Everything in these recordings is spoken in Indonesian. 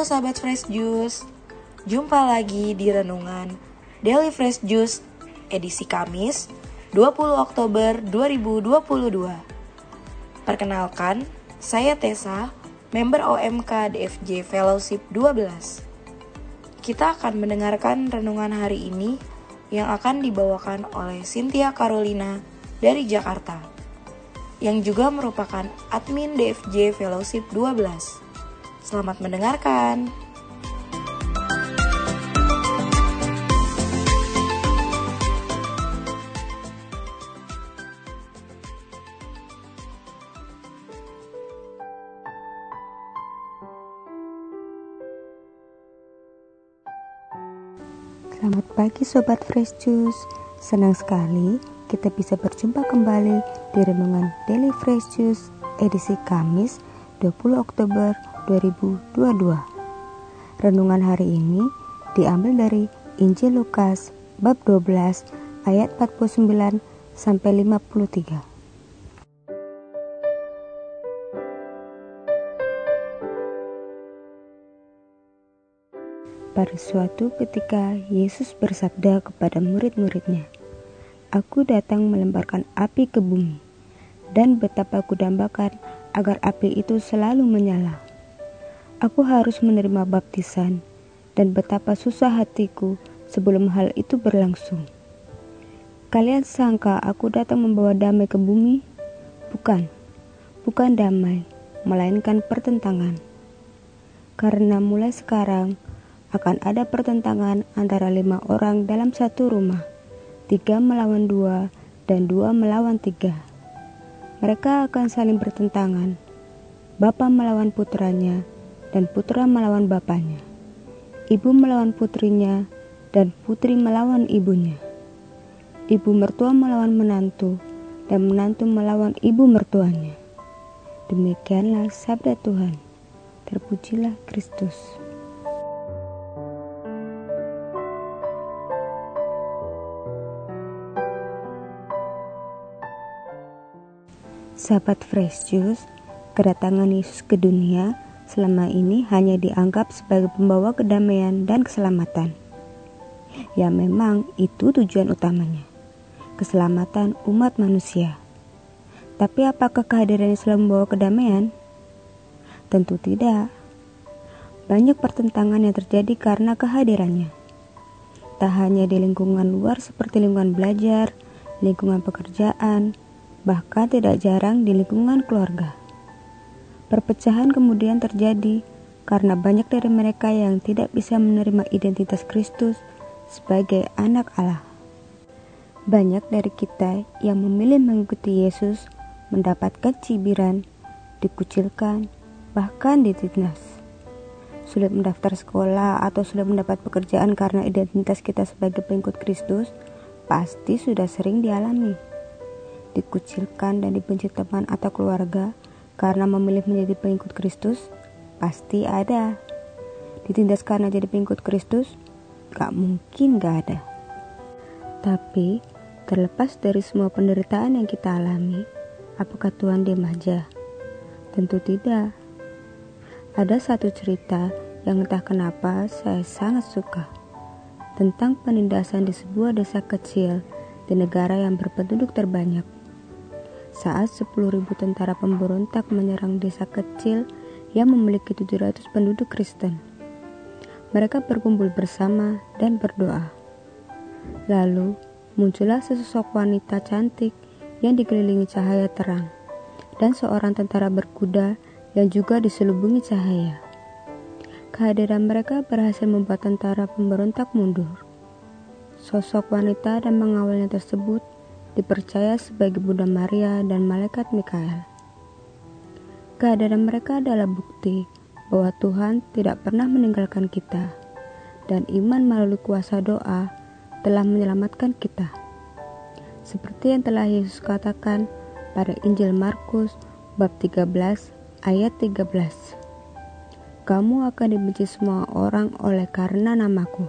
Halo sahabat Fresh Juice, jumpa lagi di Renungan Daily Fresh Juice edisi Kamis 20 Oktober 2022. Perkenalkan, saya Tessa, member OMK DFJ Fellowship 12. Kita akan mendengarkan renungan hari ini yang akan dibawakan oleh Cynthia Carolina dari Jakarta, yang juga merupakan admin DFJ Fellowship 12. Selamat mendengarkan. Selamat pagi Sobat Fresh Juice. Senang sekali kita bisa berjumpa kembali di Renungan Daily Fresh Juice edisi Kamis 20 Oktober 2022. Renungan hari ini diambil dari Injil Lukas bab 12 ayat 49 sampai 53. Pada suatu ketika Yesus bersabda kepada murid-muridnya, "Aku datang melemparkan api ke bumi, dan betapa aku dambakan agar api itu selalu menyala. Aku harus menerima baptisan, dan betapa susah hatiku sebelum hal itu berlangsung. Kalian sangka aku datang membawa damai ke bumi? Bukan damai, melainkan pertentangan. Karena mulai sekarang akan ada pertentangan antara 5 orang dalam satu rumah, 3 melawan 2, dan 2 melawan 3. Mereka akan saling bertentangan, bapa melawan putranya, dan putra melawan bapaknya, ibu melawan putrinya, dan putri melawan ibunya, ibu mertua melawan menantu, dan menantu melawan ibu mertuanya." Demikianlah sabda Tuhan. Terpujilah Kristus. Sahabat Fresh Juice, kedatangan Yesus ke dunia selama ini hanya dianggap sebagai pembawa kedamaian dan keselamatan. Ya, memang itu tujuan utamanya, keselamatan umat manusia. Tapi apakah kehadirannya selalu membawa kedamaian? Tentu tidak. Banyak pertentangan yang terjadi karena kehadirannya. Tak hanya di lingkungan luar seperti lingkungan belajar, lingkungan pekerjaan, bahkan tidak jarang di lingkungan keluarga. Perpecahan kemudian terjadi karena banyak dari mereka yang tidak bisa menerima identitas Kristus sebagai anak Allah. Banyak dari kita yang memilih mengikuti Yesus mendapatkan cibiran, dikucilkan, bahkan ditindas. Sulit mendaftar sekolah atau sulit mendapat pekerjaan karena identitas kita sebagai pengikut Kristus pasti sudah sering dialami. Dikucilkan dan dibenci teman atau keluarga karena memilih menjadi pengikut Kristus pasti ada. Ditindas karena jadi pengikut Kristus gak mungkin gak ada. Tapi terlepas dari semua penderitaan yang kita alami, apakah Tuhan diam aja? Tentu tidak. Ada satu cerita yang entah kenapa saya sangat suka, tentang penindasan di sebuah desa kecil di negara yang berpenduduk terbanyak. Saat 10.000 tentara pemberontak menyerang desa kecil yang memiliki 700 penduduk Kristen, mereka berkumpul bersama dan berdoa. Lalu muncullah sesosok wanita cantik yang dikelilingi cahaya terang, dan seorang tentara berkuda yang juga diselubungi cahaya. Kehadiran mereka berhasil membuat tentara pemberontak mundur. Sosok wanita dan mengawalnya tersebut dipercaya sebagai Bunda Maria dan Malaikat Mikael. Kehadiran mereka adalah bukti bahwa Tuhan tidak pernah meninggalkan kita, dan iman melalui kuasa doa telah menyelamatkan kita. Seperti yang telah Yesus katakan pada Injil Markus bab 13 ayat 13. "Kamu akan dibenci semua orang oleh karena namaku,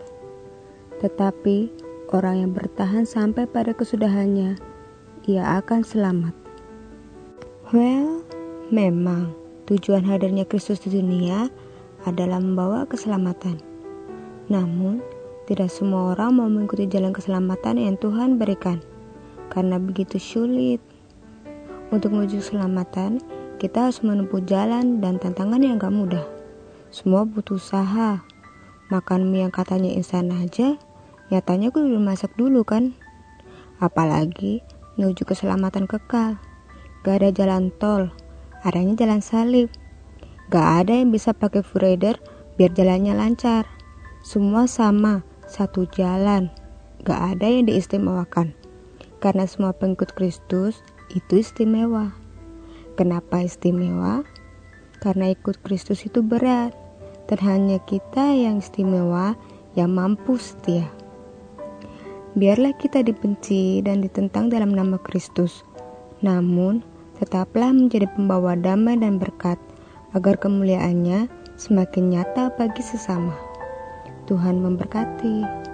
tetapi orang yang bertahan sampai pada kesudahannya, ia akan selamat." Memang tujuan hadirnya Kristus di dunia adalah membawa keselamatan. Namun, tidak semua orang mau mengikuti jalan keselamatan yang Tuhan berikan, karena begitu sulit. Untuk menuju keselamatan, kita harus menempuh jalan dan tantangan yang gak mudah. Semua butuh usaha. Makan mie yang katanya instan aja, nyatanya kudu dimasak dulu kan? Apalagi menuju keselamatan kekal. Gak ada jalan tol, adanya jalan salib. Gak ada yang bisa pakai freerider biar jalannya lancar. Semua sama, satu jalan. Gak ada yang diistimewakan. Karena semua pengikut Kristus itu istimewa. Kenapa istimewa? Karena ikut Kristus itu berat. Dan hanya kita yang istimewa yang mampu setia. Biarlah kita dibenci dan ditentang dalam nama Kristus. Namun, tetaplah menjadi pembawa damai dan berkat, agar kemuliaannya semakin nyata bagi sesama. Tuhan memberkati.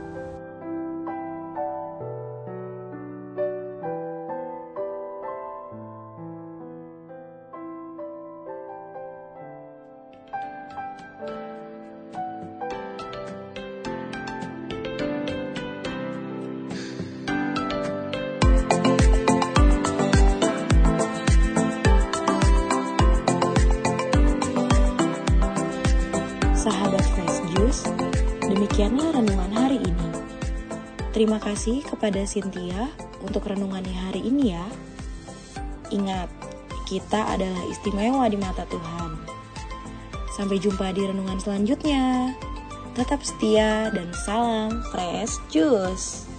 Sahabat Fresh Juice, demikianlah renungan hari ini. Terima kasih kepada Cynthia untuk renungannya hari ini ya. Ingat, kita adalah istimewa di mata Tuhan. Sampai jumpa di renungan selanjutnya. Tetap setia dan salam Fresh Juice.